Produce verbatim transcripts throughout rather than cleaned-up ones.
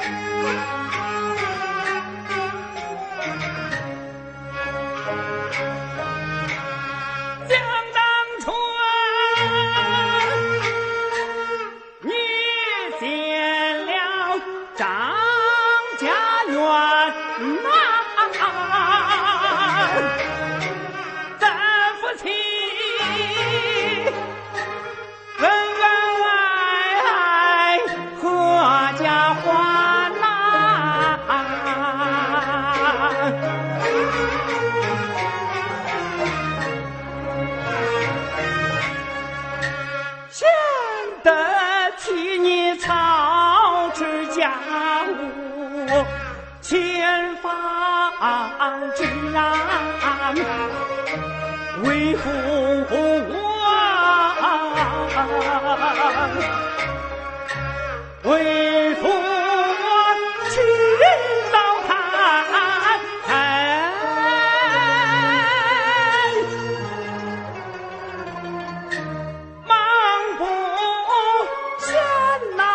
前方之安，为父我，为父我去到他，忙不闲呐。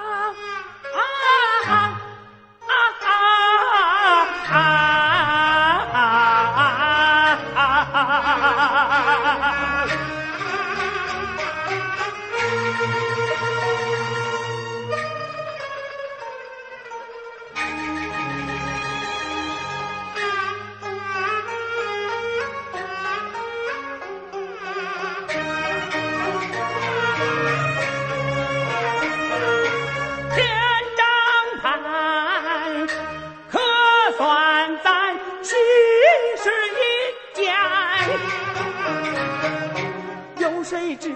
谁知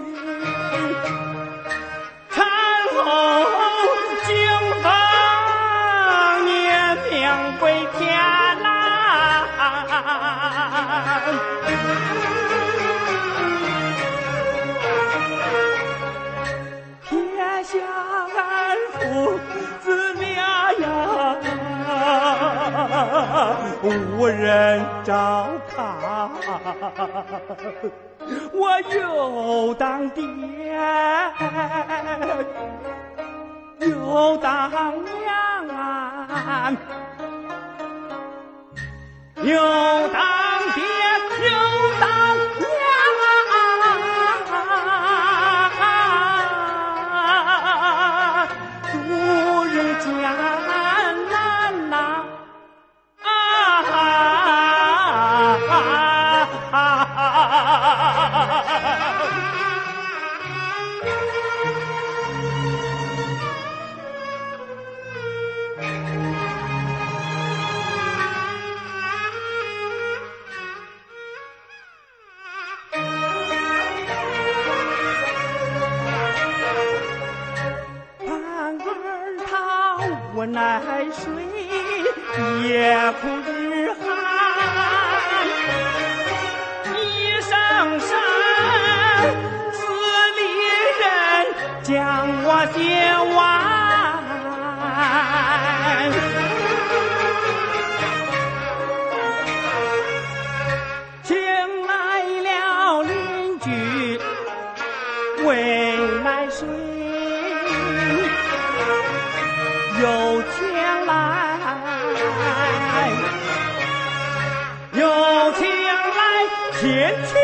产后经风也命归天啦，撇下俺父子俩呀，无人照看，我又当爹又当娘啊，又当爹又当娘啊，度日艰难呐我耐水也苦日寒，一声声死里人将我写完，请来了邻居为买水，又请来，又请来天气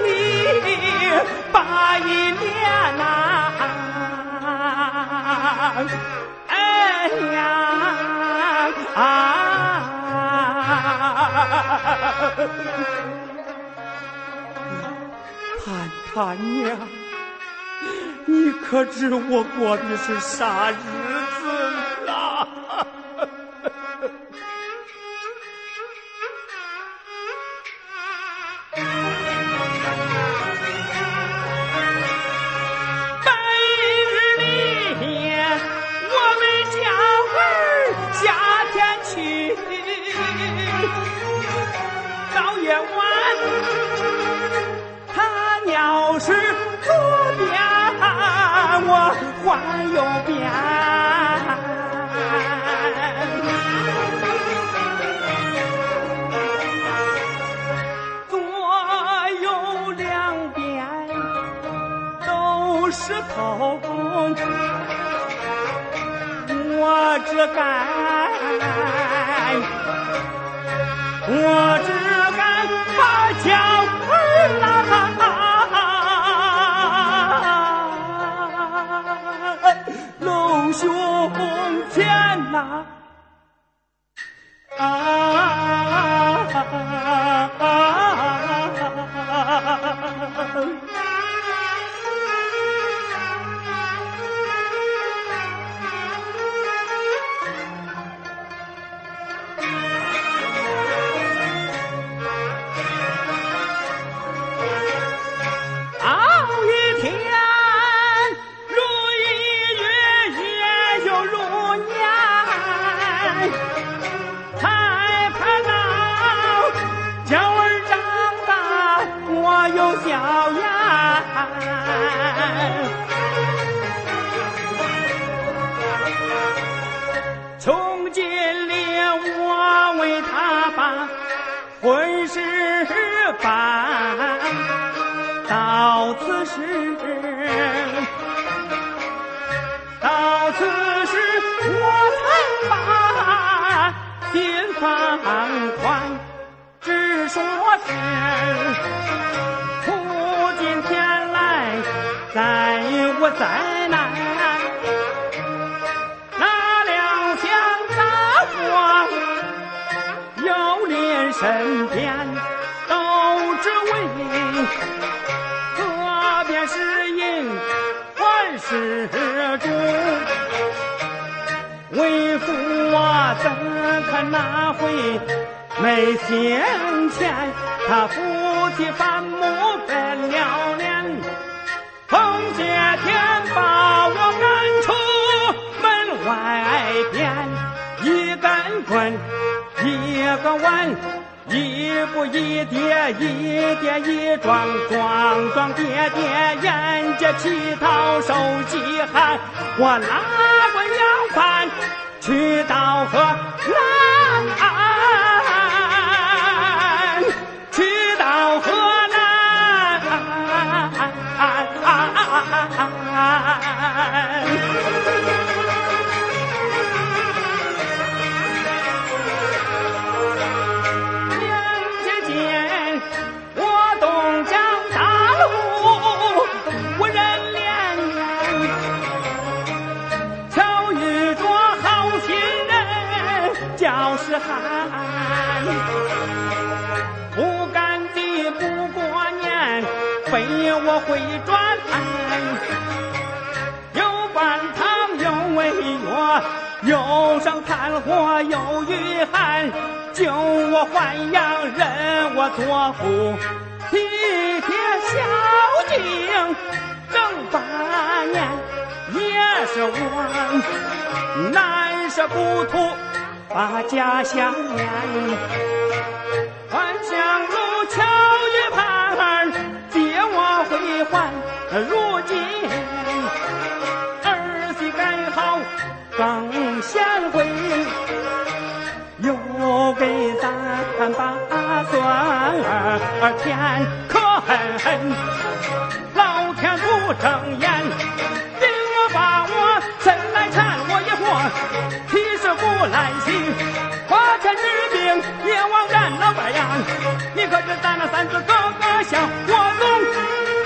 把一脸呐，哎呀啊！盼盼娘，你可知我过的是啥日子啊？白日里我为小儿下田去，到夜晚他要是左边我换右边，左右两边都是头，我我只敢，我只敢把脚儿拉，龙兄前呐，啊啊啊！小呀，从今里我为他把婚事办，到此时，到此时我才把心放宽，只说是。在我在难，哪料想到我有连身边，都只为这便是因还是主，为父我怎可拿回没先前，他夫妻反目分了脸，风借天把我赶出门外边，一根棍一个碗，一步一跌一跌一撞，撞撞跌跌沿着乞讨手饥寒，我拉过要饭去到河南，去到河两节间我东江大路无人怜，巧遇着好心人叫是汉，不干的不过年非我回转，有半汤有胃药，有上炭火有御寒，救我还阳任我做父，体贴孝敬整八年，也是我难舍故土把家乡念，还乡路桥一盘借我回还，如今儿媳改好更贤惠，又给咱把孙儿添可恨，老天不睁眼，令我把我身来缠我一伙，提示不来行，花钱治病也枉然老白杨，你可知咱那三子个个像我总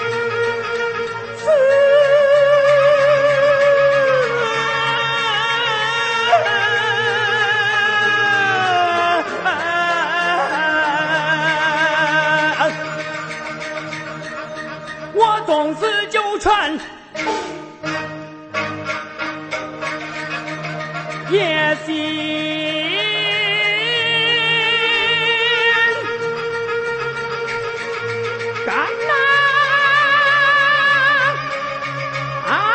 我从此就传也心干呐啊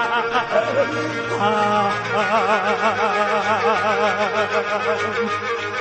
啊